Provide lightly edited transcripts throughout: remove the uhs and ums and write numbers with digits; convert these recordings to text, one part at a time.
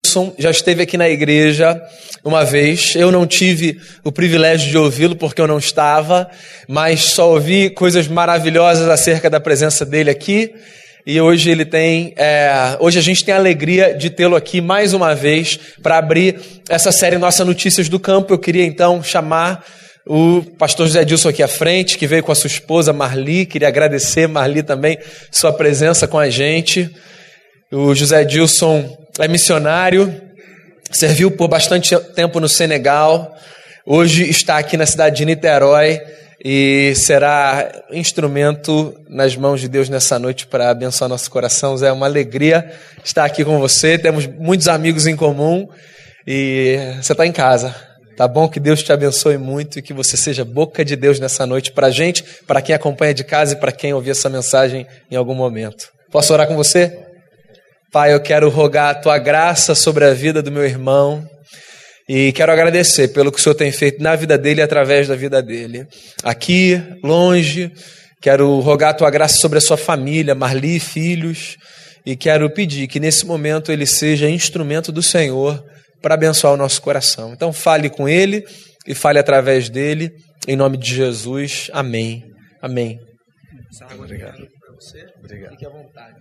Edilson já esteve aqui na igreja uma vez. Eu não tive o privilégio de ouvi-lo porque eu não estava, mas só ouvi coisas maravilhosas acerca da presença dele aqui. E hoje hoje a gente tem a alegria de tê-lo aqui mais uma vez para abrir essa série Nossa Notícias do Campo. Eu queria então chamar o pastor José Edilson aqui à frente, que veio com a sua esposa Marli. Queria agradecer, Marli, também sua presença com a gente. O José Edilson é missionário, serviu por bastante tempo no Senegal, hoje está aqui na cidade de Niterói e será instrumento nas mãos de Deus nessa noite para abençoar nosso coração. Zé, é uma alegria estar aqui com você, temos muitos amigos em comum e você está em casa. Tá bom? Que Deus te abençoe muito e que você seja boca de Deus nessa noite para a gente, para quem acompanha de casa e para quem ouvir essa mensagem em algum momento. Posso orar com você? Pai, eu quero rogar a Tua graça sobre a vida do meu irmão e quero agradecer pelo que o Senhor tem feito na vida dele e através da vida dele. Aqui, longe, quero rogar a Tua graça sobre a sua família, Marli, filhos, e quero pedir que nesse momento ele seja instrumento do Senhor para abençoar o nosso coração. Então fale com ele e fale através dele, em nome de Jesus. Amém. Amém. Obrigado. Obrigado. Fique à vontade.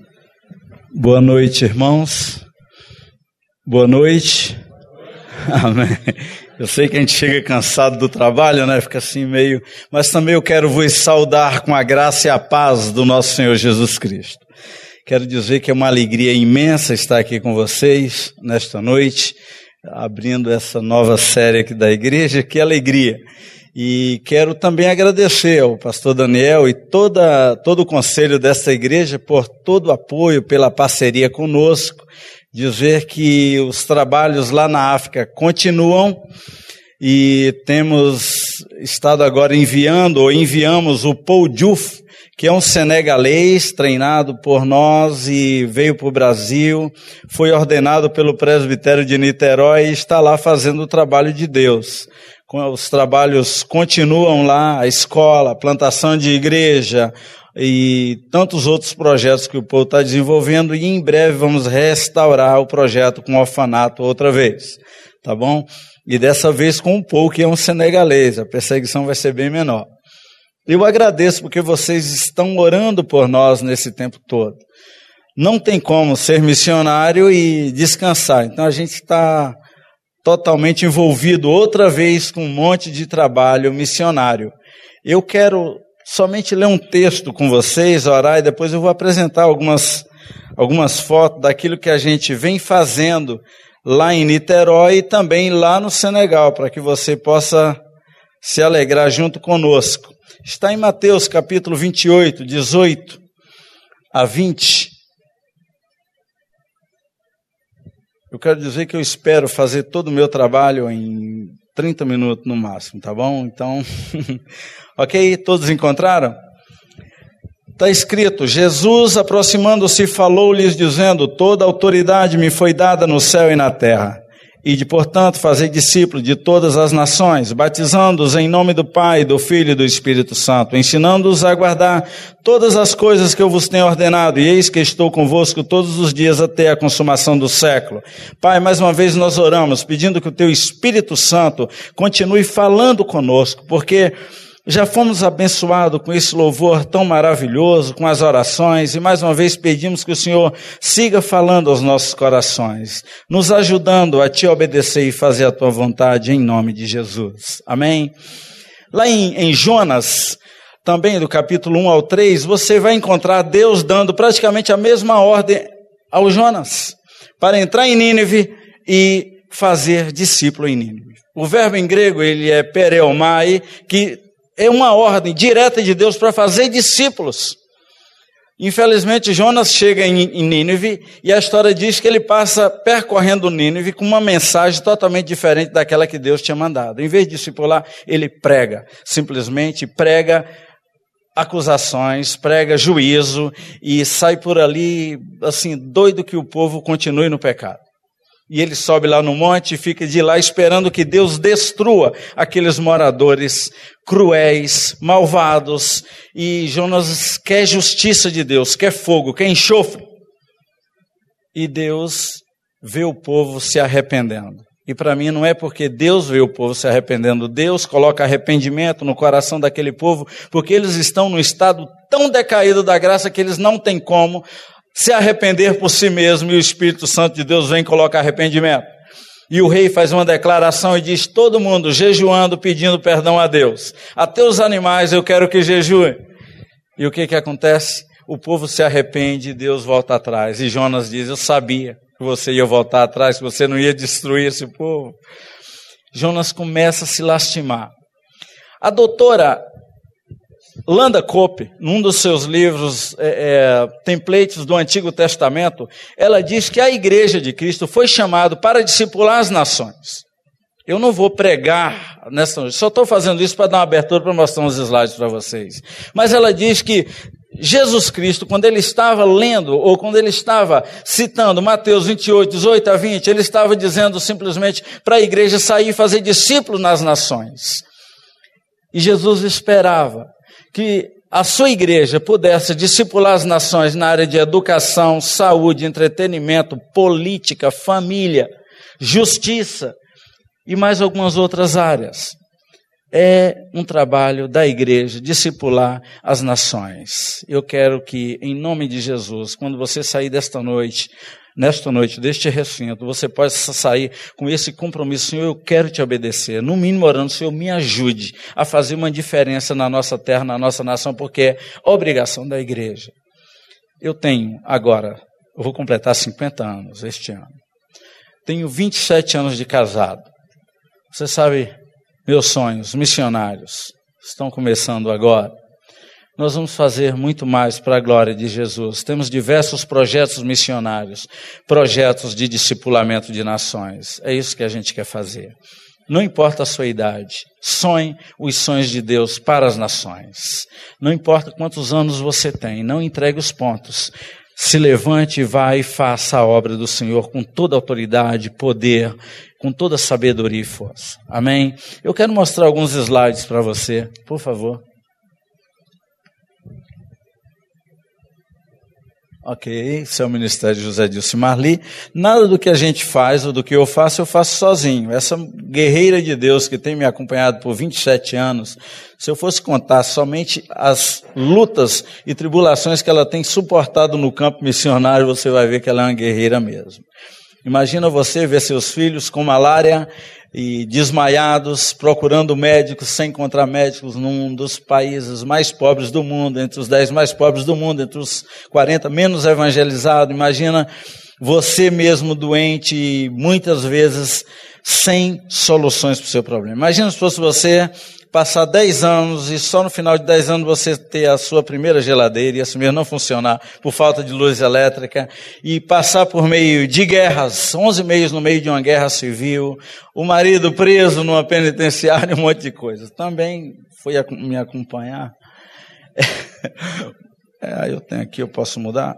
Boa noite, irmãos. Boa noite. Amém. Eu sei que a gente chega cansado do trabalho, né? Fica assim meio... Mas também eu quero vos saudar com a graça e a paz do nosso Senhor Jesus Cristo. Quero dizer que é uma alegria imensa estar aqui com vocês nesta noite, abrindo essa nova série aqui da igreja. Que alegria! E quero também agradecer ao pastor Daniel e todo o conselho desta igreja por todo o apoio, pela parceria conosco, dizer que os trabalhos lá na África continuam e temos estado agora enviamos o Paul Diouf, que é um senegalês treinado por nós e veio para o Brasil, foi ordenado pelo presbitério de Niterói e está lá fazendo o trabalho de Deus. Os trabalhos continuam lá, a escola, a plantação de igreja e tantos outros projetos que o Paul está desenvolvendo, e em breve vamos restaurar o projeto com o orfanato outra vez, tá bom? E dessa vez com o Paul, que é um senegalês, a perseguição vai ser bem menor. Eu agradeço porque vocês estão orando por nós nesse tempo todo. Não tem como ser missionário e descansar. Então a gente está totalmente envolvido outra vez com um monte de trabalho missionário. Eu quero somente ler um texto com vocês, orar, e depois eu vou apresentar algumas fotos daquilo que a gente vem fazendo lá em Niterói e também lá no Senegal, para que você possa se alegrar junto conosco. Está em Mateus capítulo 28, 18 a 20. Eu quero dizer que eu espero fazer todo o meu trabalho em 30 minutos no máximo, tá bom? Então, ok? Todos encontraram? Está escrito: Jesus, aproximando-se, falou-lhes, dizendo: toda autoridade me foi dada no céu e na terra. Ide, portanto, fazei discípulos de todas as nações, batizando-os em nome do Pai, do Filho e do Espírito Santo, ensinando-os a guardar todas as coisas que eu vos tenho ordenado, e eis que estou convosco todos os dias até a consumação do século. Pai, mais uma vez nós oramos, pedindo que o Teu Espírito Santo continue falando conosco, porque já fomos abençoados com esse louvor tão maravilhoso, com as orações, e mais uma vez pedimos que o Senhor siga falando aos nossos corações, nos ajudando a Te obedecer e fazer a Tua vontade, em nome de Jesus. Amém? Lá em Jonas, também do capítulo 1 ao 3, você vai encontrar Deus dando praticamente a mesma ordem ao Jonas, para entrar em Nínive e fazer discípulo em Nínive. O verbo em grego, ele é pereomai, que é uma ordem direta de Deus para fazer discípulos. Infelizmente, Jonas chega em Nínive e a história diz que ele passa percorrendo Nínive com uma mensagem totalmente diferente daquela que Deus tinha mandado. Em vez de discipular, ele prega, simplesmente prega acusações, prega juízo e sai por ali assim, doido que o povo continue no pecado. E ele sobe lá no monte e fica de lá esperando que Deus destrua aqueles moradores cruéis, malvados. E Jonas quer justiça de Deus, quer fogo, quer enxofre. E Deus vê o povo se arrependendo. E para mim não é porque Deus vê o povo se arrependendo. Deus coloca arrependimento no coração daquele povo, porque eles estão num estado tão decaído da graça que eles não têm como se arrepender por si mesmo, e o Espírito Santo de Deus vem e coloca arrependimento. E o rei faz uma declaração e diz, todo mundo jejuando, pedindo perdão a Deus. Até os animais eu quero que jejuem. E o que acontece? O povo se arrepende e Deus volta atrás. E Jonas diz, eu sabia que você ia voltar atrás, que você não ia destruir esse povo. Jonas começa a se lastimar. A doutora Landa Cope, num dos seus livros, Templates do Antigo Testamento, ela diz que a igreja de Cristo foi chamada para discipular as nações. Eu não vou pregar nessa noite, só estou fazendo isso para dar uma abertura para mostrar uns slides para vocês. Mas ela diz que Jesus Cristo, quando ele estava lendo, ou quando ele estava citando Mateus 28, 18 a 20, ele estava dizendo simplesmente para a igreja sair e fazer discípulos nas nações. E Jesus esperava que a sua igreja pudesse discipular as nações na área de educação, saúde, entretenimento, política, família, justiça e mais algumas outras áreas. É um trabalho da igreja discipular as nações. Eu quero que, em nome de Jesus, quando você sair nesta noite, deste recinto, você possa sair com esse compromisso. Senhor, eu quero te obedecer. No mínimo orando, Senhor, me ajude a fazer uma diferença na nossa terra, na nossa nação, porque é obrigação da igreja. Eu tenho agora, eu vou completar 50 anos este ano. Tenho 27 anos de casado. Você sabe, meus sonhos missionários estão começando agora. Nós vamos fazer muito mais para a glória de Jesus. Temos diversos projetos missionários, projetos de discipulamento de nações. É isso que a gente quer fazer. Não importa a sua idade, sonhe os sonhos de Deus para as nações. Não importa quantos anos você tem, não entregue os pontos. Se levante, vá e faça a obra do Senhor com toda autoridade, poder, com toda sabedoria e força. Amém? Eu quero mostrar alguns slides para você, por favor. Ok, esse é o Ministério de José Dilce Marli. Nada do que a gente faz ou do que eu faço sozinho. Essa guerreira de Deus que tem me acompanhado por 27 anos, se eu fosse contar somente as lutas e tribulações que ela tem suportado no campo missionário, você vai ver que ela é uma guerreira mesmo. Imagina você ver seus filhos com malária e desmaiados, procurando médicos, sem encontrar médicos, num dos países mais pobres do mundo, entre os 10 mais pobres do mundo, entre os 40 menos evangelizados. Imagina você mesmo doente e muitas vezes sem soluções para o seu problema. Imagina se fosse você passar 10 anos e só no final de 10 anos você ter a sua primeira geladeira e essa mesmo não funcionar por falta de luz elétrica e passar por meio de guerras, 11 meses no meio de uma guerra civil, o marido preso numa penitenciária, um monte de coisa. Também foi me acompanhar. Eu tenho aqui, eu posso mudar?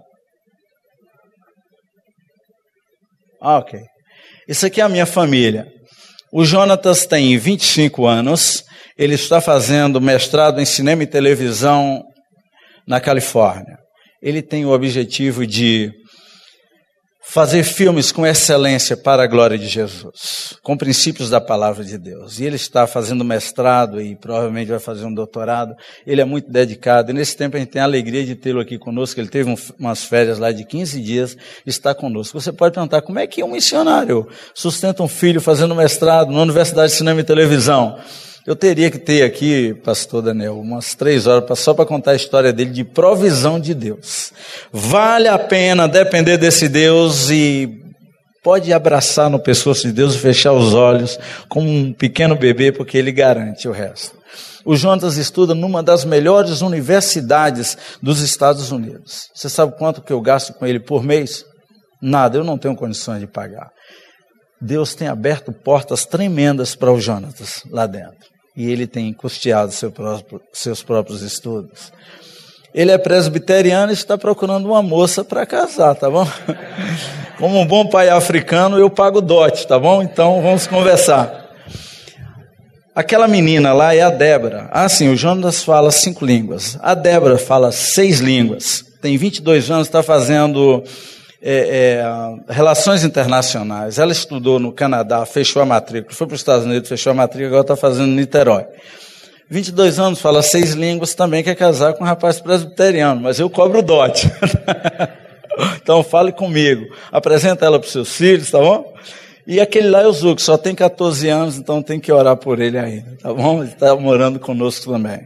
Ok. Isso aqui é a minha família. O Jonatas tem 25 anos. Ele está fazendo mestrado em cinema e televisão na Califórnia. Ele tem o objetivo de fazer filmes com excelência para a glória de Jesus, com princípios da palavra de Deus. E ele está fazendo mestrado e provavelmente vai fazer um doutorado. Ele é muito dedicado. E nesse tempo a gente tem a alegria de tê-lo aqui conosco. Ele teve umas férias lá de 15 dias, está conosco. Você pode perguntar, como é que um missionário sustenta um filho fazendo mestrado na Universidade de Cinema e Televisão? Eu teria que ter aqui, pastor Daniel, umas 3 horas só para contar a história dele de provisão de Deus. Vale a pena depender desse Deus e pode abraçar no pescoço de Deus e fechar os olhos como um pequeno bebê, porque ele garante o resto. O Jonas estuda numa das melhores universidades dos Estados Unidos. Você sabe quanto que eu gasto com ele por mês? Nada, eu não tenho condições de pagar. Deus tem aberto portas tremendas para o Jonas lá dentro. E ele tem custeado seus próprios estudos. Ele é presbiteriano e está procurando uma moça para casar, tá bom? Como um bom pai africano, eu pago dote, tá bom? Então vamos conversar. Aquela menina lá é a Débora. Sim, o Jonas fala 5 línguas. A Débora fala 6 línguas. Tem 22 anos, está fazendo relações internacionais. Ela estudou no Canadá, fechou a matrícula, foi para os Estados Unidos, fechou a matrícula, agora está fazendo Niterói. 22 anos, fala 6 línguas, também quer casar com um rapaz presbiteriano, mas eu cobro o dote. Então fale comigo, apresenta ela para os seus filhos, tá bom? E aquele lá é o Zuco, só tem 14 anos, então tem que orar por ele ainda, tá bom? Ele está morando conosco também.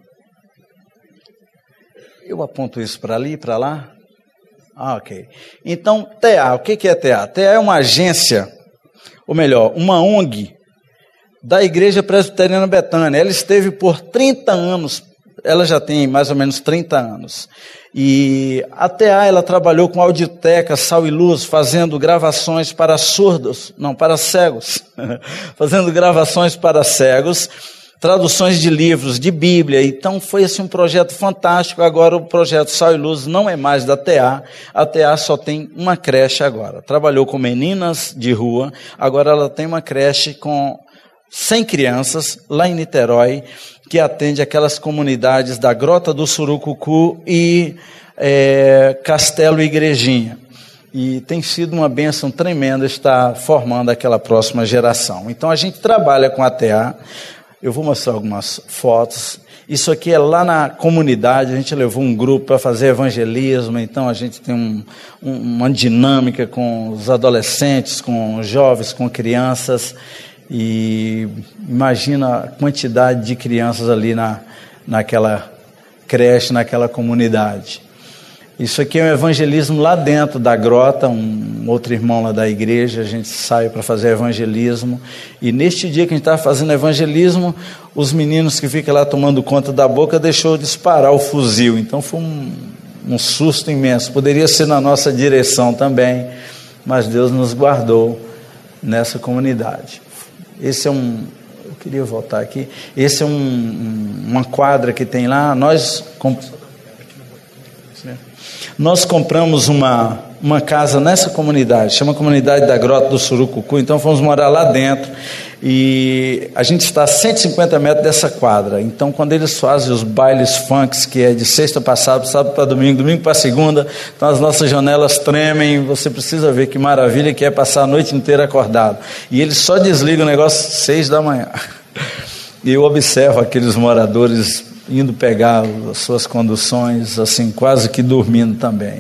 Eu aponto isso para ali e para lá? Ok. Então, TA, o que é TA? TA é uma agência, ou melhor, uma ONG da Igreja Presbiteriana Betânia. Ela esteve por 30 anos, ela já tem mais ou menos 30 anos. E a TA, ela trabalhou com Audioteca, Sal e Luz, fazendo gravações para surdos, não, para cegos. Fazendo gravações para cegos, traduções de livros, de Bíblia. Então foi assim um projeto fantástico. Agora o projeto Sal e Luz não é mais da TA, a TA só tem uma creche agora. Trabalhou com meninas de rua, agora ela tem uma creche com 100 crianças lá em Niterói, que atende aquelas comunidades da Grota do Surucucu e Castelo Igrejinha. E tem sido uma bênção tremenda estar formando aquela próxima geração. Então a gente trabalha com a TA. Eu vou mostrar algumas fotos. Isso aqui é lá na comunidade, a gente levou um grupo para fazer evangelismo, então a gente tem uma dinâmica com os adolescentes, com os jovens, com crianças, e imagina a quantidade de crianças ali naquela creche, naquela comunidade. Isso aqui é um evangelismo lá dentro da grota, um outro irmão lá da igreja, a gente saiu para fazer evangelismo, e neste dia que a gente estava fazendo evangelismo, os meninos que ficam lá tomando conta da boca deixou de disparar o fuzil, então foi um susto imenso. Poderia ser na nossa direção também, mas Deus nos guardou nessa comunidade. Esse é eu queria voltar aqui, esse é uma quadra que tem lá. Nós compramos uma casa nessa comunidade, chama Comunidade da Grota do Surucucu, então fomos morar lá dentro, e a gente está a 150 metros dessa quadra. Então quando eles fazem os bailes funks, que é de sexta para sábado para domingo, domingo para segunda, então as nossas janelas tremem, você precisa ver que maravilha que é passar a noite inteira acordado, e eles só desligam o negócio às 6 da manhã, e eu observo aqueles moradores indo pegar as suas conduções, assim, quase que dormindo também.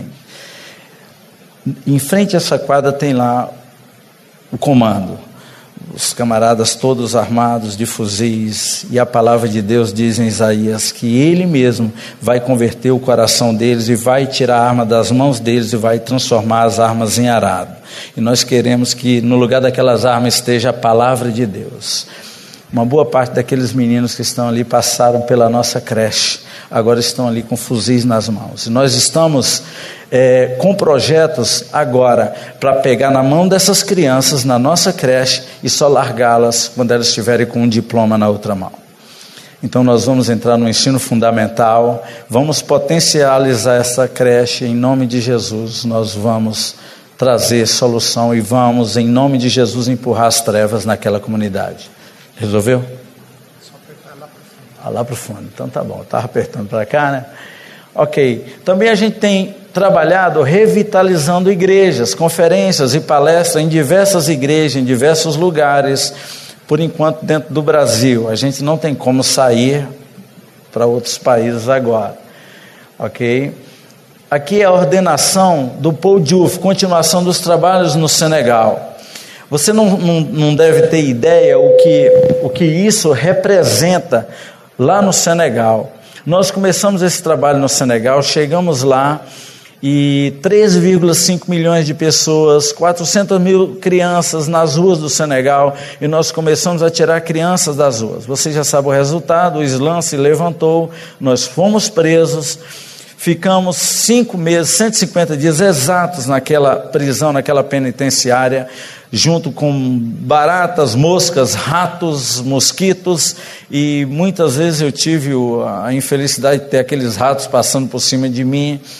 Em frente a essa quadra tem lá o comando, os camaradas todos armados de fuzis, e a palavra de Deus diz em Isaías que Ele mesmo vai converter o coração deles e vai tirar a arma das mãos deles e vai transformar as armas em arado. E nós queremos que no lugar daquelas armas esteja a palavra de Deus. Uma boa parte daqueles meninos que estão ali passaram pela nossa creche, agora estão ali com fuzis nas mãos. E nós estamos com projetos agora para pegar na mão dessas crianças na nossa creche e só largá-las quando elas estiverem com um diploma na outra mão. Então nós vamos entrar no ensino fundamental, vamos potencializar essa creche em nome de Jesus. Nós vamos trazer solução e vamos, em nome de Jesus, empurrar as trevas naquela comunidade. Resolveu? Só apertar lá para o fundo. Lá para o fundo, então tá bom, estava apertando para cá, né? Ok, também a gente tem trabalhado revitalizando igrejas, conferências e palestras em diversas igrejas, em diversos lugares, por enquanto dentro do Brasil. A gente não tem como sair para outros países agora, ok? Aqui é a ordenação do Paul Diouf, continuação dos trabalhos no Senegal. Você não deve ter ideia o que isso representa lá no Senegal. Nós começamos esse trabalho no Senegal, chegamos lá e 3,5 milhões de pessoas, 400 mil crianças nas ruas do Senegal, e nós começamos a tirar crianças das ruas. Você já sabe o resultado, o Islã se levantou, nós fomos presos, ficamos 5 meses, 150 dias exatos naquela prisão, naquela penitenciária, junto com baratas, moscas, ratos, mosquitos, e muitas vezes eu tive a infelicidade de ter aqueles ratos passando por cima de mim,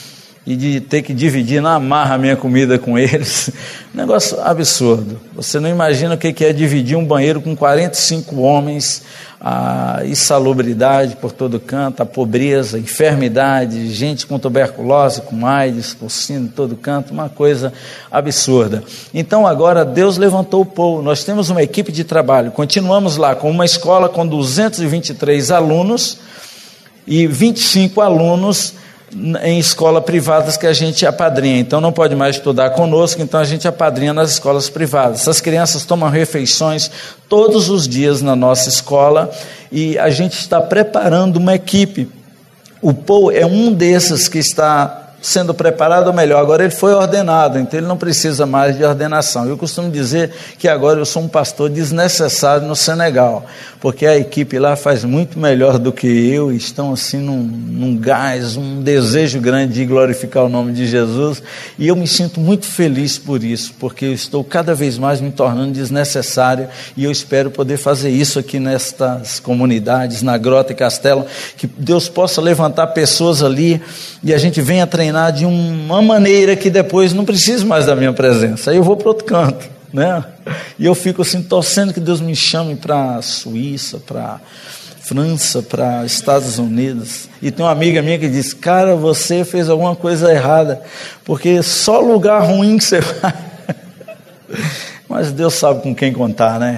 e de ter que dividir na marra a minha comida com eles. Negócio absurdo. Você não imagina o que é dividir um banheiro com 45 homens, a insalubridade por todo canto, a pobreza, a enfermidade, gente com tuberculose, com AIDS, porcino em todo canto, uma coisa absurda. Então agora Deus levantou o Paul, nós temos uma equipe de trabalho, continuamos lá com uma escola com 223 alunos e 25 alunos em escolas privadas que a gente apadrinha, então não pode mais estudar conosco, então a gente apadrinha nas escolas privadas. Essas crianças tomam refeições todos os dias na nossa escola e a gente está preparando uma equipe. O Paul é um desses que está sendo preparado, ou melhor, agora ele foi ordenado, então ele não precisa mais de ordenação. Eu costumo dizer que agora eu sou um pastor desnecessário no Senegal, porque a equipe lá faz muito melhor do que eu, estão assim num gás, um desejo grande de glorificar o nome de Jesus, e eu me sinto muito feliz por isso, porque eu estou cada vez mais me tornando desnecessário, e eu espero poder fazer isso aqui nestas comunidades, na Grota e Castelo, que Deus possa levantar pessoas ali, e a gente venha treinar de uma maneira que depois não precise mais da minha presença, aí eu vou para outro canto, né? E eu fico assim torcendo que Deus me chame para a Suíça, para França, para Estados Unidos. E tem uma amiga minha que diz: cara, você fez alguma coisa errada, porque só lugar ruim que você vai. Mas Deus sabe com quem contar, né?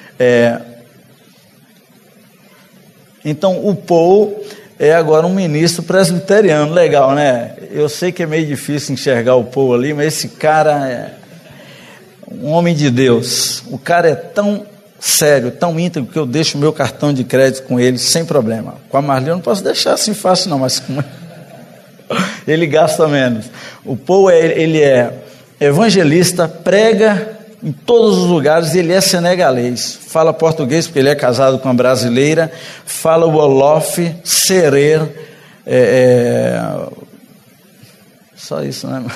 Então o Paul é agora um ministro presbiteriano, legal, né? Eu sei que é meio difícil enxergar o Paul ali, mas esse cara é um homem de Deus. O cara é tão sério, tão íntegro, que eu deixo o meu cartão de crédito com ele sem problema. Com a Marli eu não posso deixar assim fácil não, mas com ele gasta menos. O Paul ele é evangelista, prega em todos os lugares, ele é senegalês, fala português porque ele é casado com uma brasileira, fala o Wolof, Serer, só isso, né?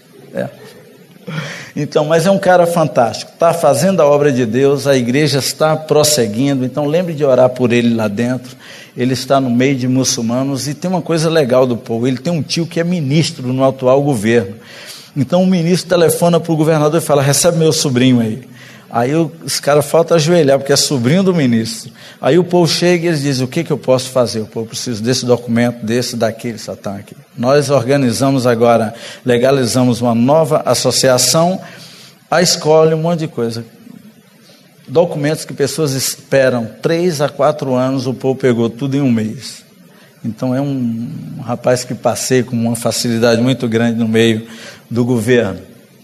Então, mas é um cara fantástico, está fazendo a obra de Deus, a igreja está prosseguindo, então lembre de orar por ele lá dentro. Ele está no meio de muçulmanos, e tem uma coisa legal do povo, ele tem um tio que é ministro no atual governo. Então o ministro telefona para o governador e fala: recebe meu sobrinho aí. Aí os caras faltam ajoelhar, porque é sobrinho do ministro. Aí o povo chega e eles dizem: o que eu posso fazer? O povo precisa desse documento, desse, daquele, Satã aqui. Nós organizamos agora, legalizamos uma nova associação, a escola, um monte de coisa. Documentos que pessoas esperam 3 a 4 anos, o povo pegou tudo em um mês. Então é um rapaz que passeia com uma facilidade muito grande no meio do governo.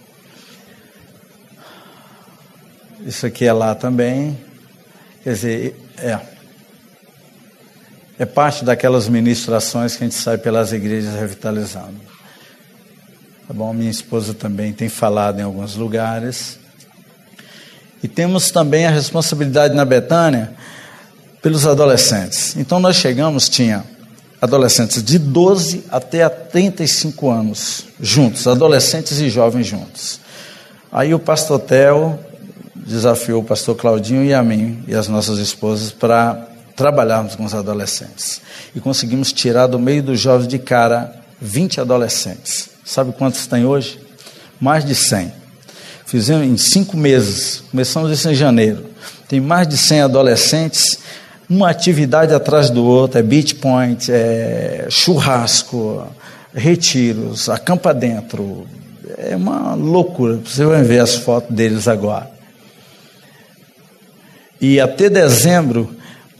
Isso aqui é lá também. Quer dizer, é parte daquelas ministrações que a gente sai pelas igrejas revitalizando. Tá bom? Minha esposa também tem falado em alguns lugares. E temos também a responsabilidade na Betânia pelos adolescentes. Então nós chegamos, tinha adolescentes de 12 até 35 anos, juntos, adolescentes e jovens juntos. Aí o pastor Theo desafiou o pastor Claudinho e a mim e as nossas esposas para trabalharmos com os adolescentes. E conseguimos tirar do meio dos jovens de cara 20 adolescentes. Sabe quantos tem hoje? Mais de 100. Fizemos em 5 meses, começamos isso em janeiro. Tem mais de 100 adolescentes, uma atividade atrás do outro, é beach point, é churrasco, retiros, acampa dentro, é uma loucura. Você vai ver as fotos deles agora. E até dezembro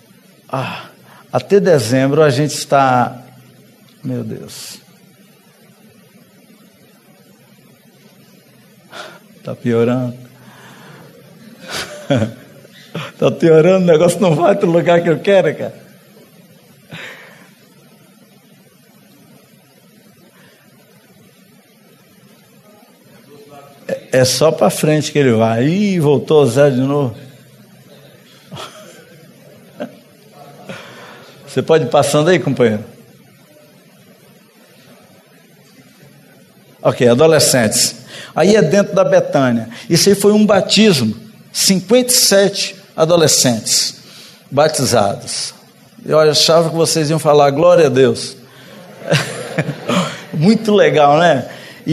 a gente está, meu Deus, está piorando. Está piorando, o negócio não vai para o lugar que eu quero, cara. É só para frente que ele vai. Ih, voltou o Zé de novo. Você pode ir passando aí, companheiro? Ok, adolescentes. Aí é dentro da Betânia. Isso aí foi um batismo. 57 adolescentes batizados. Eu achava que vocês iam falar glória a Deus. Muito legal, né?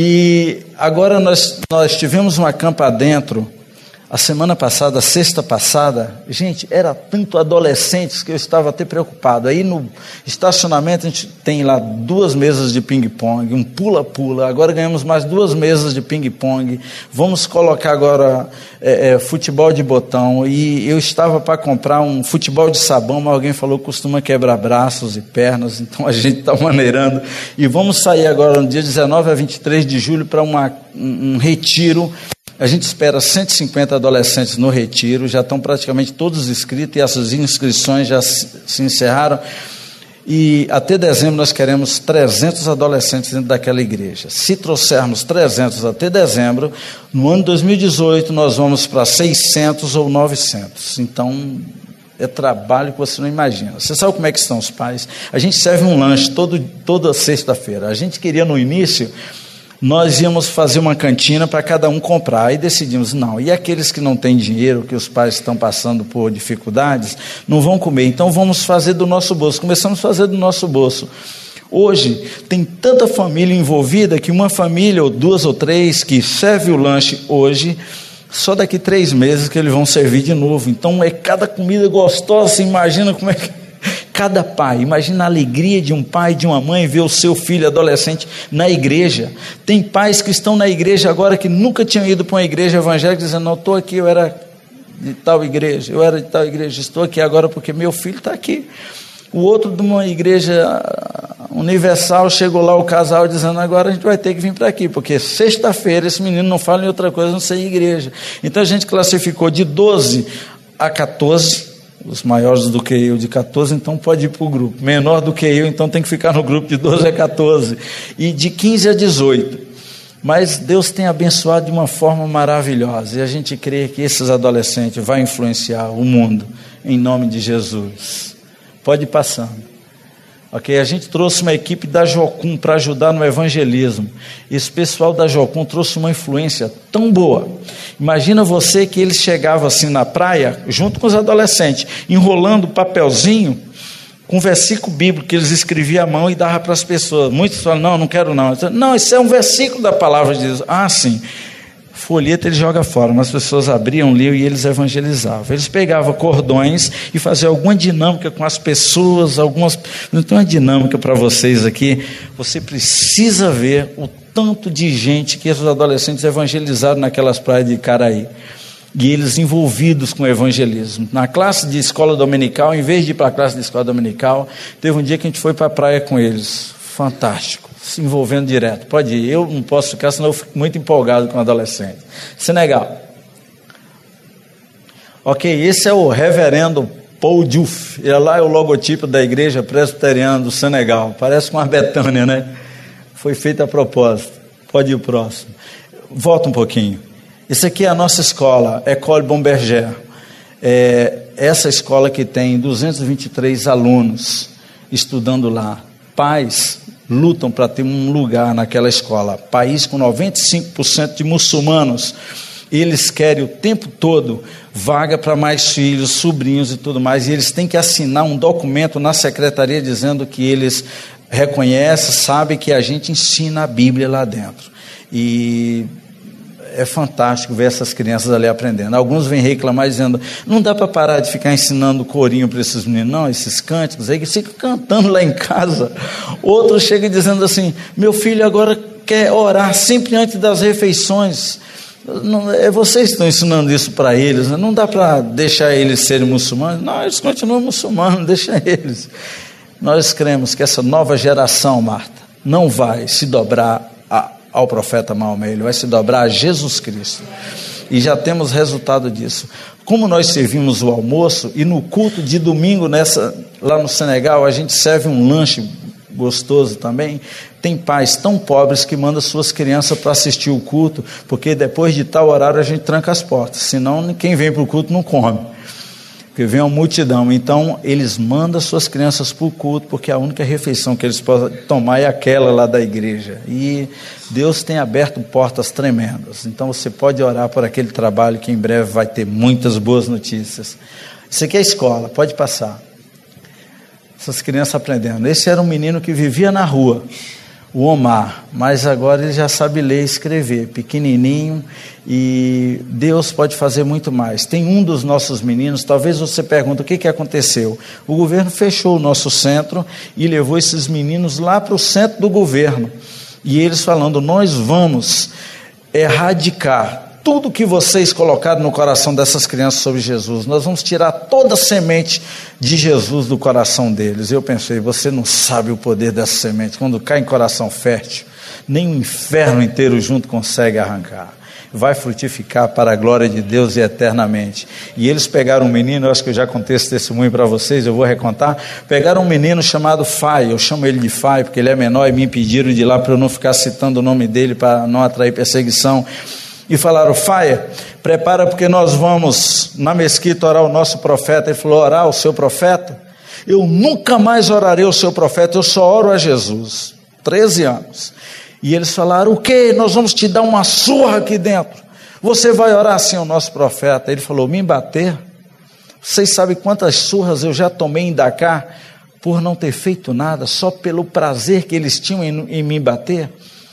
E agora nós tivemos uma campa dentro. A semana passada, sexta passada, gente, era tanto adolescentes que eu estava até preocupado. Aí no estacionamento a gente tem lá 2 mesas de ping-pong, um pula-pula, agora ganhamos mais 2 mesas de ping-pong, vamos colocar agora futebol de botão, e eu estava para comprar um futebol de sabão, mas alguém falou que costuma quebrar braços e pernas, então a gente está maneirando, e vamos sair agora no dia 19 a 23 de julho para um retiro. A gente espera 150 adolescentes no retiro, já estão praticamente todos inscritos e essas inscrições já se encerraram. E até dezembro nós queremos 300 adolescentes dentro daquela igreja. Se trouxermos 300 até dezembro, no ano de 2018 nós vamos para 600 ou 900. Então é trabalho que você não imagina. Você sabe como é que estão os pais? A gente serve um lanche toda sexta-feira. A gente queria no início... Nós íamos fazer uma cantina para cada um comprar, aí decidimos, não, e aqueles que não têm dinheiro, que os pais estão passando por dificuldades, não vão comer, então vamos fazer do nosso bolso. Começamos a fazer do nosso bolso. Hoje tem tanta família envolvida que uma família, ou 2 ou 3, que serve o lanche hoje, só daqui 3 meses que eles vão servir de novo. Então é cada comida gostosa, você imagina como é que... Cada pai, imagina a alegria de um pai e de uma mãe ver o seu filho adolescente na igreja. Tem pais que estão na igreja agora que nunca tinham ido para uma igreja evangélica, dizendo, não, estou aqui, eu era de tal igreja, estou aqui agora porque meu filho está aqui. O outro de uma igreja universal, chegou lá o casal dizendo, agora a gente vai ter que vir para aqui, porque sexta-feira esse menino não fala em outra coisa, não sei igreja. Então a gente classificou de 12 a 14, os maiores do que eu de 14, então pode ir para o grupo. Menor do que eu, então tem que ficar no grupo de 12 a 14. E de 15 a 18. Mas Deus tem abençoado de uma forma maravilhosa. E a gente crê que esses adolescentes vão influenciar o mundo. Em nome de Jesus. Pode ir passando. Ok, a gente trouxe uma equipe da Jocum para ajudar no evangelismo. Esse pessoal da Jocum trouxe uma influência tão boa. Imagina você que eles chegavam assim na praia, junto com os adolescentes, enrolando papelzinho com versículo bíblico que eles escreviam à mão e davam para as pessoas. Muitos falam, não quero não. Não, isso é um versículo da palavra de Deus. Ah, sim. Folheto ele joga fora, mas as pessoas abriam, liam e eles evangelizavam. Eles pegavam cordões e faziam alguma dinâmica com as pessoas, não tem uma dinâmica para vocês aqui. Você precisa ver o tanto de gente que esses adolescentes evangelizaram naquelas praias de Icaraí. E eles envolvidos com o evangelismo. Na classe de escola dominical, em vez de ir para a classe de escola dominical, teve um dia que a gente foi para a praia com eles. Fantástico. Se envolvendo direto. Pode ir, eu não posso ficar, senão eu fico muito empolgado com adolescente. Senegal. Ok, esse é o reverendo Paul Diouf. E lá é o logotipo da igreja presbiteriana do Senegal. Parece com a Betânia, né? Foi feito a propósito. Pode ir o próximo. Volta um pouquinho. Esse aqui é a nossa escola, École Bomberger. Essa escola que tem 223 alunos estudando lá. Pais lutam para ter um lugar naquela escola. País com 95% de muçulmanos. Eles querem o tempo todo vaga para mais filhos, sobrinhos e tudo mais. E eles têm que assinar um documento na secretaria dizendo que eles reconhecem, sabem que a gente ensina a Bíblia lá dentro. E é fantástico ver essas crianças ali aprendendo. Alguns vêm reclamar dizendo, não dá para parar de ficar ensinando corinho para esses meninos, não, esses cânticos aí que ficam cantando lá em casa. Outros chegam dizendo assim, meu filho agora quer orar sempre antes das refeições. Não, vocês estão ensinando isso para eles, né? Não dá para deixar eles serem muçulmanos. Não, eles continuam muçulmanos, deixa eles. Nós cremos que essa nova geração, Marta, não vai se dobrar ao profeta Maomé, ele vai se dobrar a Jesus Cristo. E já temos resultado disso. Como nós servimos o almoço, e no culto de domingo, lá no Senegal, a gente serve um lanche gostoso também. Tem pais tão pobres que mandam suas crianças para assistir o culto, porque depois de tal horário a gente tranca as portas, senão quem vem para o culto não come, porque vem uma multidão. Então eles mandam suas crianças para o culto, porque a única refeição que eles podem tomar é aquela lá da igreja. E Deus tem aberto portas tremendas. Então você pode orar por aquele trabalho que em breve vai ter muitas boas notícias. Isso aqui é a escola, pode passar. Essas crianças aprendendo. Esse era um menino que vivia na rua. o Omar, mas agora ele já sabe ler e escrever, pequenininho, e Deus pode fazer muito mais. Tem um dos nossos meninos, talvez você pergunte o que aconteceu. O governo fechou o nosso centro e levou esses meninos lá para o centro do governo, e eles falando, nós vamos erradicar tudo que vocês colocaram no coração dessas crianças sobre Jesus, nós vamos tirar toda a semente de Jesus do coração deles. Eu pensei, você não sabe o poder dessa semente, quando cai em coração fértil, nem o inferno inteiro junto consegue arrancar, vai frutificar para a glória de Deus e eternamente. E eles pegaram um menino, eu acho que eu já contei esse testemunho para vocês, eu vou recontar, pegaram um menino chamado Fai, eu chamo ele de Fai, porque ele é menor e me impediram de ir lá para eu não ficar citando o nome dele, para não atrair perseguição, e falaram, Faia, prepara porque nós vamos na mesquita orar o nosso profeta. Ele falou, orar o seu profeta? Eu nunca mais orarei o seu profeta, eu só oro a Jesus. 13 anos. E eles falaram, o quê? Nós vamos te dar uma surra aqui dentro. Você vai orar assim ao nosso profeta? Ele falou, me bater? Vocês sabem quantas surras eu já tomei em Dakar por não ter feito nada, só pelo prazer que eles tinham em me bater?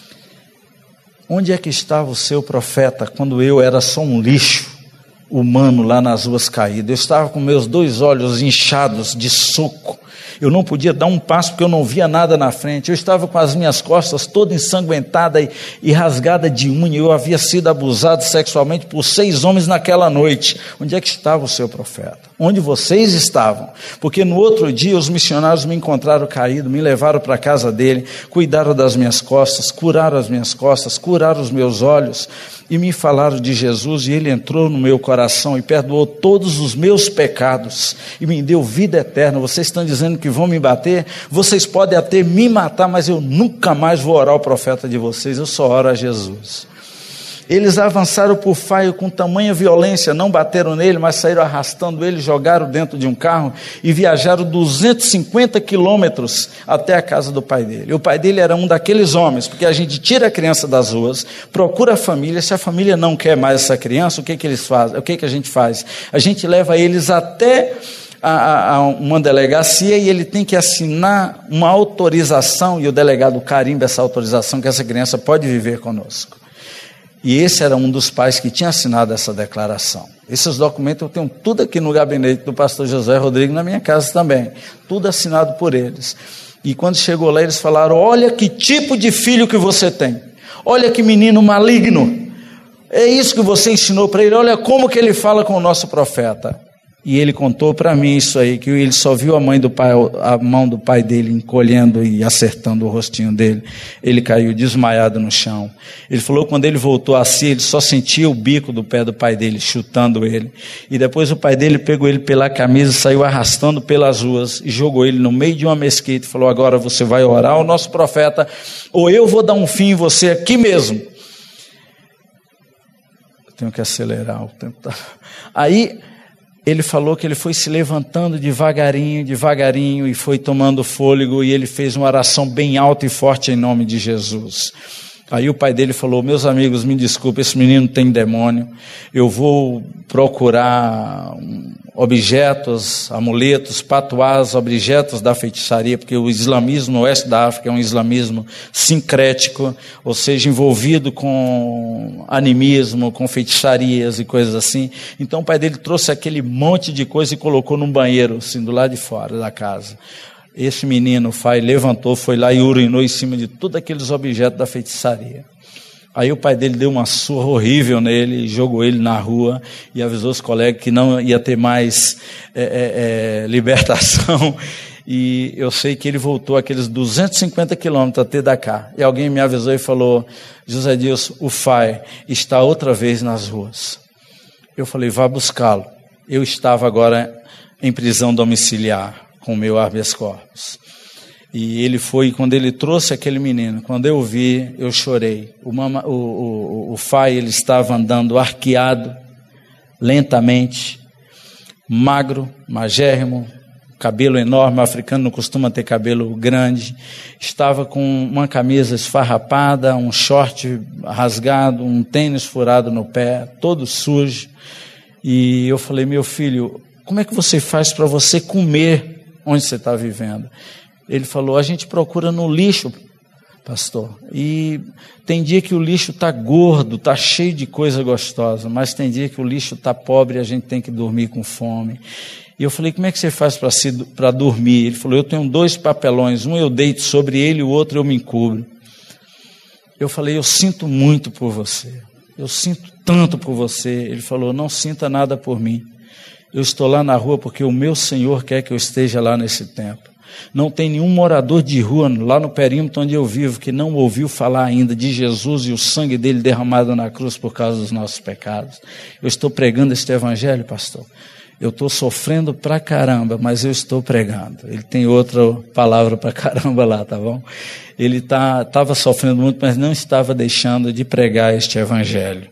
Onde é que estava o seu profeta quando eu era só um lixo humano lá nas ruas caídas? Eu estava com meus 2 olhos inchados de soco, eu não podia dar um passo porque eu não via nada na frente, eu estava com as minhas costas toda ensanguentada e rasgada de unha, eu havia sido abusado sexualmente por 6 homens naquela noite. Onde é que estava o seu profeta? Onde vocês estavam? Porque no outro dia os missionários me encontraram caído, me levaram para a casa dele, cuidaram das minhas costas, curaram as minhas costas, curaram os meus olhos e me falaram de Jesus, e ele entrou no meu coração e perdoou todos os meus pecados e me deu vida eterna. Vocês estão dizendo que vão me bater? Vocês podem até me matar, mas eu nunca mais vou orar o profeta de vocês, eu só oro a Jesus. Eles avançaram por Faio com tamanha violência, não bateram nele, mas saíram arrastando ele, jogaram dentro de um carro e viajaram 250 quilômetros até a casa do pai dele. E o pai dele era um daqueles homens, porque a gente tira a criança das ruas, procura a família, se a família não quer mais essa criança, o que eles fazem? O que a gente faz? A gente leva eles até a uma delegacia e ele tem que assinar uma autorização, e o delegado carimba essa autorização que essa criança pode viver conosco. E esse era um dos pais que tinha assinado essa declaração. Esses documentos eu tenho tudo aqui no gabinete do pastor José Rodrigues, na minha casa também, tudo assinado por eles. E quando chegou lá, eles falaram, olha que tipo de filho que você tem, olha que menino maligno, é isso que você ensinou para ele, olha como que ele fala com o nosso profeta. E ele contou para mim isso aí, que ele só viu a mão do pai dele encolhendo e acertando o rostinho dele. Ele caiu desmaiado no chão. Ele falou que quando ele voltou a si, ele só sentia o bico do pé do pai dele, chutando ele. E depois o pai dele pegou ele pela camisa, saiu arrastando pelas ruas e jogou ele no meio de uma mesquita e falou, agora você vai orar ao nosso profeta, ou eu vou dar um fim em você aqui mesmo. Eu tenho que acelerar o tempo. Aí ele falou que ele foi se levantando devagarinho, e foi tomando fôlego, e ele fez uma oração bem alta e forte em nome de Jesus. Aí o pai dele falou, meus amigos, me desculpe, esse menino tem demônio, eu vou procurar objetos, amuletos, patuás, objetos da feitiçaria, porque o islamismo no oeste da África é um islamismo sincrético, ou seja, envolvido com animismo, com feitiçarias e coisas assim. Então o pai dele trouxe aquele monte de coisa e colocou num banheiro, assim, do lado de fora da casa. Esse menino, o Fai, levantou, foi lá e urinou em cima de todos aqueles objetos da feitiçaria. Aí o pai dele deu uma surra horrível nele, jogou ele na rua e avisou os colegas que não ia ter mais libertação. E eu sei que ele voltou aqueles 250 quilômetros até Dakar. E alguém me avisou e falou, José Dilson, o Fai está outra vez nas ruas. Eu falei, vá buscá-lo. Eu estava agora em prisão domiciliar com o meu habeas corpus. E ele foi, quando ele trouxe aquele menino, quando eu vi, eu chorei. O Fai, ele estava andando arqueado, lentamente, magro, magérrimo, cabelo enorme, o africano não costuma ter cabelo grande, estava com uma camisa esfarrapada, um short rasgado, um tênis furado no pé, todo sujo. E eu falei, meu filho, como é que você faz para você comer onde você está vivendo? Ele falou, a gente procura no lixo pastor. E tem dia que o lixo está gordo, está cheio de coisa gostosa, mas tem dia que o lixo está pobre e a gente tem que dormir com fome. E eu falei, como é que você faz para dormir? Ele falou, eu tenho 2 papelões, um eu deito sobre ele, o outro eu me encubro. Eu falei, eu sinto muito por você, eu sinto tanto por você. Ele falou, não sinta nada por mim. Eu estou lá na rua porque o meu Senhor quer que eu esteja lá nesse tempo. Não tem nenhum morador de rua lá no perímetro onde eu vivo que não ouviu falar ainda de Jesus e o sangue dele derramado na cruz por causa dos nossos pecados. Eu estou pregando este evangelho, pastor. Eu estou sofrendo pra caramba, mas eu estou pregando. Ele tem outra palavra pra caramba lá, tá bom? Ele estava sofrendo muito, mas não estava deixando de pregar este evangelho.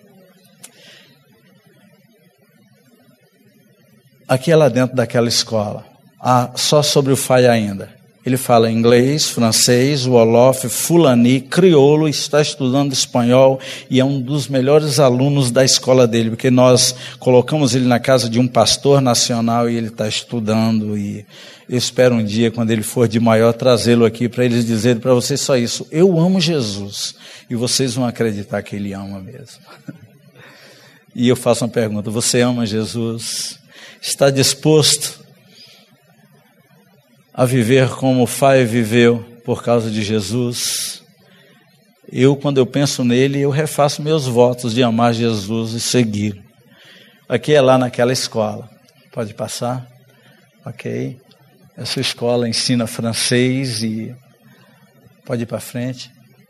Aqui é lá dentro daquela escola. Só sobre o Fai ainda. Ele fala inglês, francês, wolof, fulani, crioulo, está estudando espanhol e é um dos melhores alunos da escola dele, porque nós colocamos ele na casa de um pastor nacional e ele está estudando, e eu espero um dia, quando ele for de maior, trazê-lo aqui para eles dizerem para vocês só isso: eu amo Jesus, e vocês vão acreditar que ele ama mesmo. E eu faço uma pergunta: você ama Jesus? Está disposto a viver como o Fai viveu por causa de Jesus? Quando eu penso nele, eu refaço meus votos de amar Jesus e segui-lo. Aqui é lá naquela escola. Pode passar? Ok. Essa escola ensina francês e... Pode ir para frente.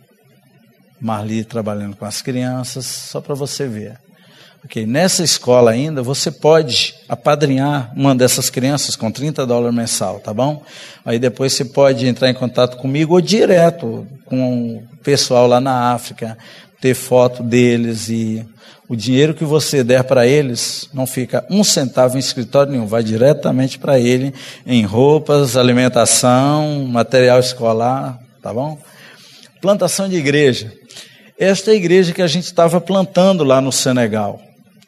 Marli trabalhando com as crianças, só para você ver. Okay. Nessa escola ainda, você pode apadrinhar uma dessas crianças com $30 mensal, tá bom? Aí depois você pode entrar em contato comigo ou direto com o pessoal lá na África, ter foto deles, e o dinheiro que você der para eles não fica 1 centavo em escritório nenhum, vai diretamente para ele em roupas, alimentação, material escolar, tá bom? Plantação de igreja. Esta é a igreja que a gente estava plantando lá no Senegal.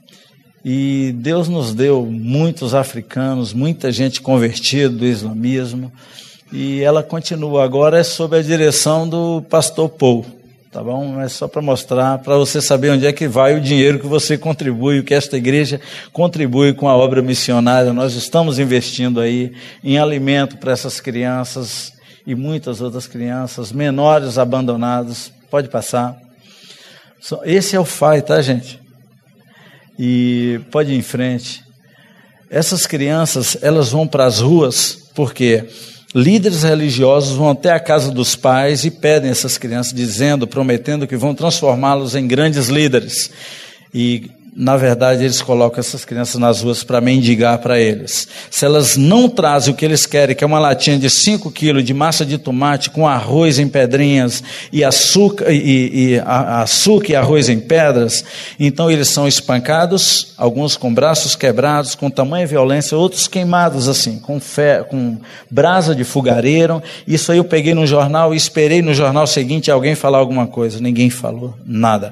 E Deus nos deu muitos africanos, muita gente convertida do islamismo, e ela continua. Agora é sob a direção do pastor Paul, tá bom? É só para mostrar, para você saber onde é que vai o dinheiro que você contribui, o que esta igreja contribui com a obra missionária. Nós estamos investindo aí em alimento para essas crianças e muitas outras crianças, menores abandonados. Pode passar. Esse é o Fai, tá, gente? E pode ir em frente. Essas crianças, elas vão para as ruas porque líderes religiosos vão até a casa dos pais e pedem essas crianças, prometendo que vão transformá-los em grandes líderes. E na verdade, eles colocam essas crianças nas ruas para mendigar para eles. Se elas não trazem o que eles querem, que é uma latinha de 5 quilos de massa de tomate com arroz em pedrinhas e açúcar e arroz em pedras, então eles são espancados, alguns com braços quebrados, com tamanha violência, outros queimados assim, com brasa de fogareiro. Isso aí eu peguei no jornal e esperei no jornal seguinte alguém falar alguma coisa. Ninguém falou nada.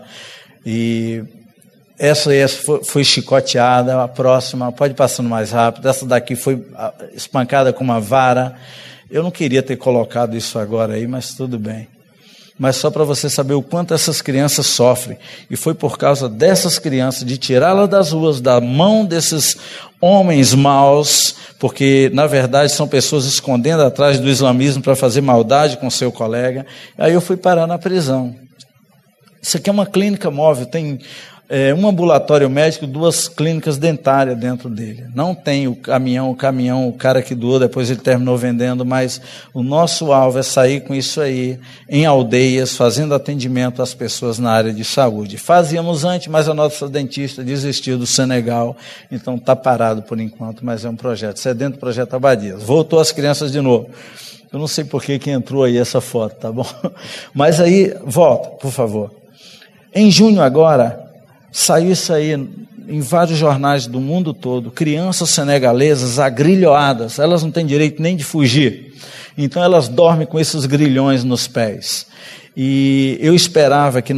E essa foi chicoteada. A próxima, pode ir passando mais rápido. Essa daqui foi espancada com uma vara. Eu não queria ter colocado isso agora aí, mas tudo bem. Mas só para você saber o quanto essas crianças sofrem. E foi por causa dessas crianças, de tirá-las das ruas, da mão desses homens maus, porque na verdade são pessoas escondendo atrás do islamismo para fazer maldade com seu colega. Aí eu fui parar na prisão. Isso aqui é uma clínica móvel, tem um ambulatório médico, 2 clínicas dentárias dentro dele. Não tem o caminhão, o cara que doou, depois ele terminou vendendo, mas o nosso alvo é sair com isso aí, em aldeias, fazendo atendimento às pessoas na área de saúde. Fazíamos antes, mas a nossa dentista desistiu do Senegal, então está parado por enquanto, mas é um projeto. Isso é dentro do projeto Abadias. Voltou as crianças de novo. Eu não sei por que entrou aí essa foto, tá bom? Mas aí, volta, por favor. Em junho agora, saiu isso aí em vários jornais do mundo todo, crianças senegalesas agrilhoadas, elas não têm direito nem de fugir, então elas dormem com esses grilhões nos pés. E eu esperava que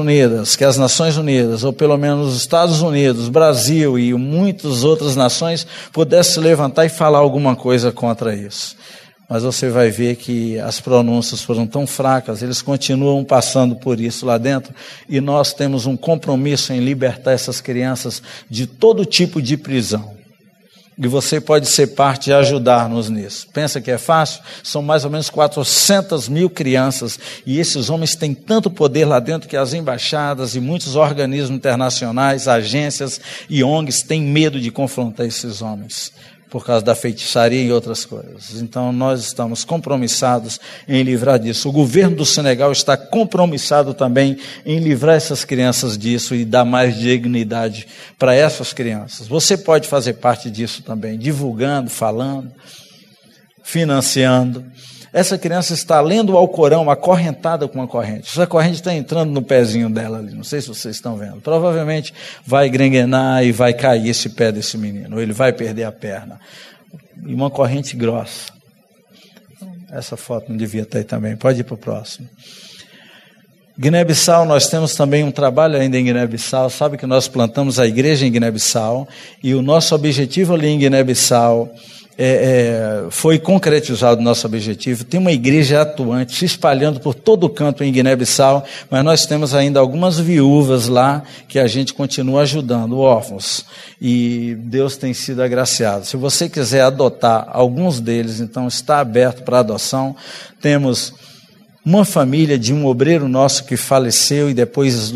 as Nações Unidas, ou pelo menos os Estados Unidos, Brasil e muitas outras nações, pudessem se levantar e falar alguma coisa contra isso. mas você vai ver que as pronúncias foram tão fracas, eles continuam passando por isso lá dentro, e nós temos um compromisso em libertar essas crianças de todo tipo de prisão. E você pode ser parte e ajudar-nos nisso. Pensa que é fácil? São mais ou menos 400 mil crianças, e esses homens têm tanto poder lá dentro que as embaixadas e muitos organismos internacionais, agências e ONGs têm medo de confrontar esses homens, por causa da feitiçaria e outras coisas. Então nós estamos compromissados em livrar disso. O governo do Senegal está compromissado também em livrar essas crianças disso e dar mais dignidade para essas crianças. Você pode fazer parte disso também, divulgando, falando, financiando. Essa criança está lendo o Alcorão acorrentada com uma corrente. Essa corrente está entrando no pezinho dela ali, não sei se vocês estão vendo. Provavelmente vai grenguenar e vai cair esse pé desse menino, ou ele vai perder a perna. E uma corrente grossa. Essa foto não devia estar aí também, pode ir para o próximo. Guiné-Bissau, nós temos também um trabalho ainda em Guiné-Bissau. Sabe que nós plantamos a igreja em Guiné-Bissau, e o nosso objetivo ali em Guiné-Bissau foi concretizado o nosso objetivo. Tem uma igreja atuante se espalhando por todo o canto em Guiné-Bissau, mas nós temos ainda algumas viúvas lá que a gente continua ajudando, órfãos, e Deus tem sido agraciado. Se você quiser adotar alguns deles, então está aberto para adoção. Temos uma família de um obreiro nosso que faleceu, e depois,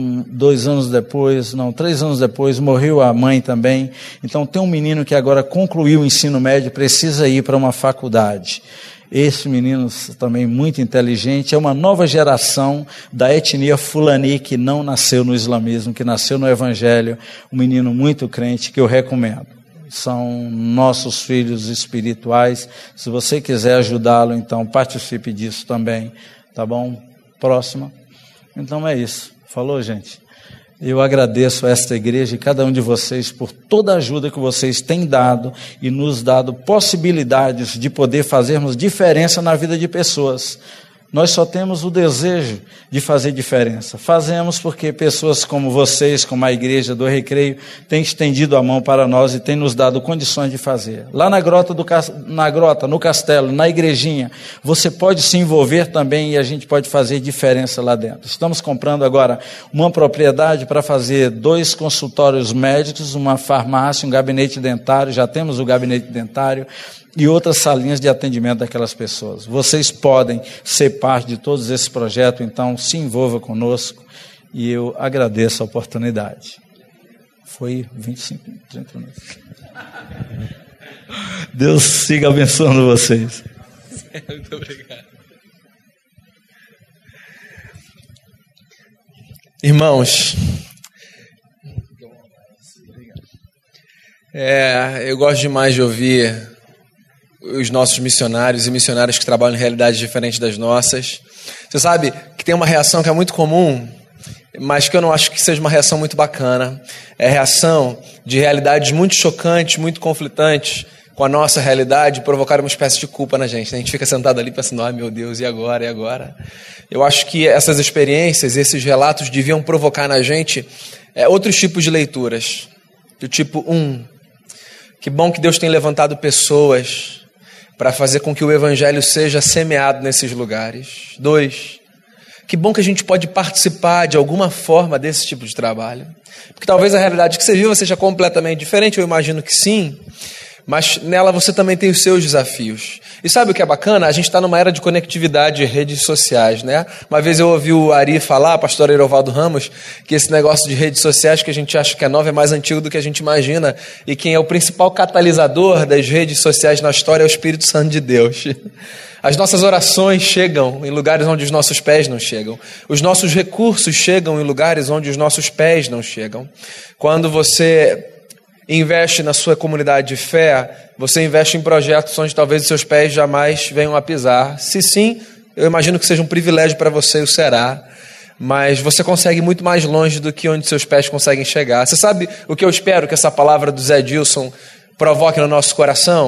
3 anos depois, morreu a mãe também. Então tem um menino que agora concluiu o ensino médio, precisa ir para uma faculdade. Esse menino também muito inteligente, é uma nova geração da etnia fulani que não nasceu no islamismo, que nasceu no evangelho, um menino muito crente que eu recomendo. São nossos filhos espirituais. Se você quiser ajudá-lo, então participe disso também, tá bom? Próxima. Então é isso. Falou, gente? Eu agradeço a esta igreja e cada um de vocês por toda a ajuda que vocês têm dado e nos dado possibilidades de poder fazermos diferença na vida de pessoas. Nós só temos o desejo de fazer diferença. Fazemos porque pessoas como vocês, como a Igreja do Recreio, têm estendido a mão para nós e têm nos dado condições de fazer. Lá na grota, no castelo, na igrejinha, você pode se envolver também e a gente pode fazer diferença lá dentro. Estamos comprando agora uma propriedade para fazer 2 consultórios médicos, uma farmácia, um gabinete dentário, já temos o gabinete dentário, e outras salinhas de atendimento daquelas pessoas. Vocês podem ser parte de todos esses projetos, então se envolva conosco, e eu agradeço a oportunidade. Foi 25, 30 minutos. Deus siga abençoando vocês. Muito obrigado. Irmãos, eu gosto demais de ouvir os nossos missionários e missionárias que trabalham em realidades diferentes das nossas. Você sabe que tem uma reação que é muito comum, mas que eu não acho que seja uma reação muito bacana. É a reação de realidades muito chocantes, muito conflitantes com a nossa realidade, provocar uma espécie de culpa na gente. A gente fica sentado ali pensando, ai meu Deus, e agora, e agora? Eu acho que essas experiências, esses relatos deviam provocar na gente outros tipos de leituras. Do tipo, que bom que Deus tem levantado pessoas para fazer com que o evangelho seja semeado nesses lugares. 2, que bom que a gente pode participar de alguma forma desse tipo de trabalho. Porque talvez a realidade que você viva seja completamente diferente, eu imagino que sim, mas nela você também tem os seus desafios. E sabe o que é bacana? A gente está numa era de conectividade de redes sociais, né? Uma vez eu ouvi o Ari falar, pastor Erovaldo Ramos, que esse negócio de redes sociais que a gente acha que é novo é mais antigo do que a gente imagina, e quem é o principal catalisador das redes sociais na história é o Espírito Santo de Deus. As nossas orações chegam em lugares onde os nossos pés não chegam. Os nossos recursos chegam em lugares onde os nossos pés não chegam. Quando você investe na sua comunidade de fé, você investe em projetos onde talvez os seus pés jamais venham a pisar. Se sim, eu imagino que seja um privilégio para você, o será, mas você consegue ir muito mais longe do que onde seus pés conseguem chegar. Você sabe o que eu espero que essa palavra do Zé Dilson provoque no nosso coração?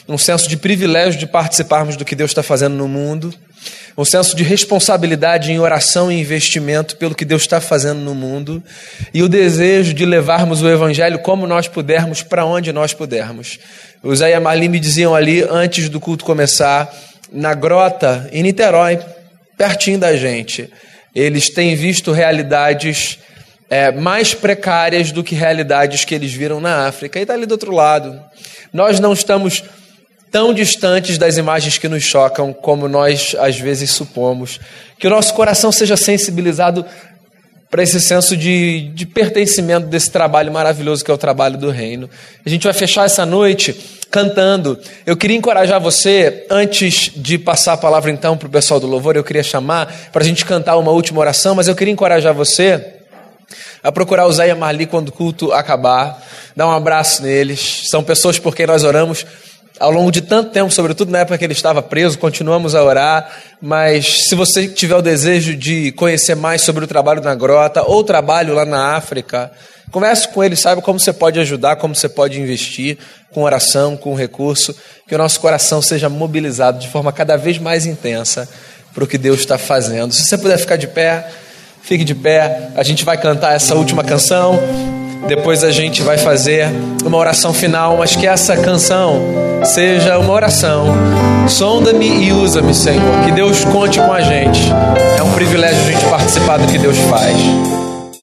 um senso de privilégio de participarmos do que Deus está fazendo no mundo, um senso de responsabilidade em oração e investimento pelo que Deus está fazendo no mundo e o desejo de levarmos o Evangelho como nós pudermos, para onde nós pudermos. O Zé e a Marli me diziam ali, antes do culto começar, na grota, em Niterói, pertinho da gente, eles têm visto realidades mais precárias do que realidades que eles viram na África. E está ali do outro lado. Nós não estamos tão distantes das imagens que nos chocam como nós às vezes supomos. Que o nosso coração seja sensibilizado para esse senso de pertencimento desse trabalho maravilhoso que é o trabalho do reino. A gente vai fechar essa noite cantando. Eu queria encorajar você, antes de passar a palavra então para o pessoal do louvor, eu queria chamar para a gente cantar uma última oração, mas eu queria encorajar você a procurar o Zé e a Marli quando o culto acabar, dar um abraço neles. São pessoas por quem nós oramos ao longo de tanto tempo, sobretudo na época que ele estava preso, continuamos a orar, mas se você tiver o desejo de conhecer mais sobre o trabalho na grota ou o trabalho lá na África, converse com ele, saiba como você pode ajudar, como você pode investir com oração, com recurso, que o nosso coração seja mobilizado de forma cada vez mais intensa para o que Deus está fazendo. Se você puder ficar de pé, fique de pé, a gente vai cantar essa última canção, depois a gente vai fazer uma oração final, mas que essa canção seja uma oração. Sonda-me e usa-me, Senhor, que Deus conte com a gente. É um privilégio a gente participar do que Deus faz.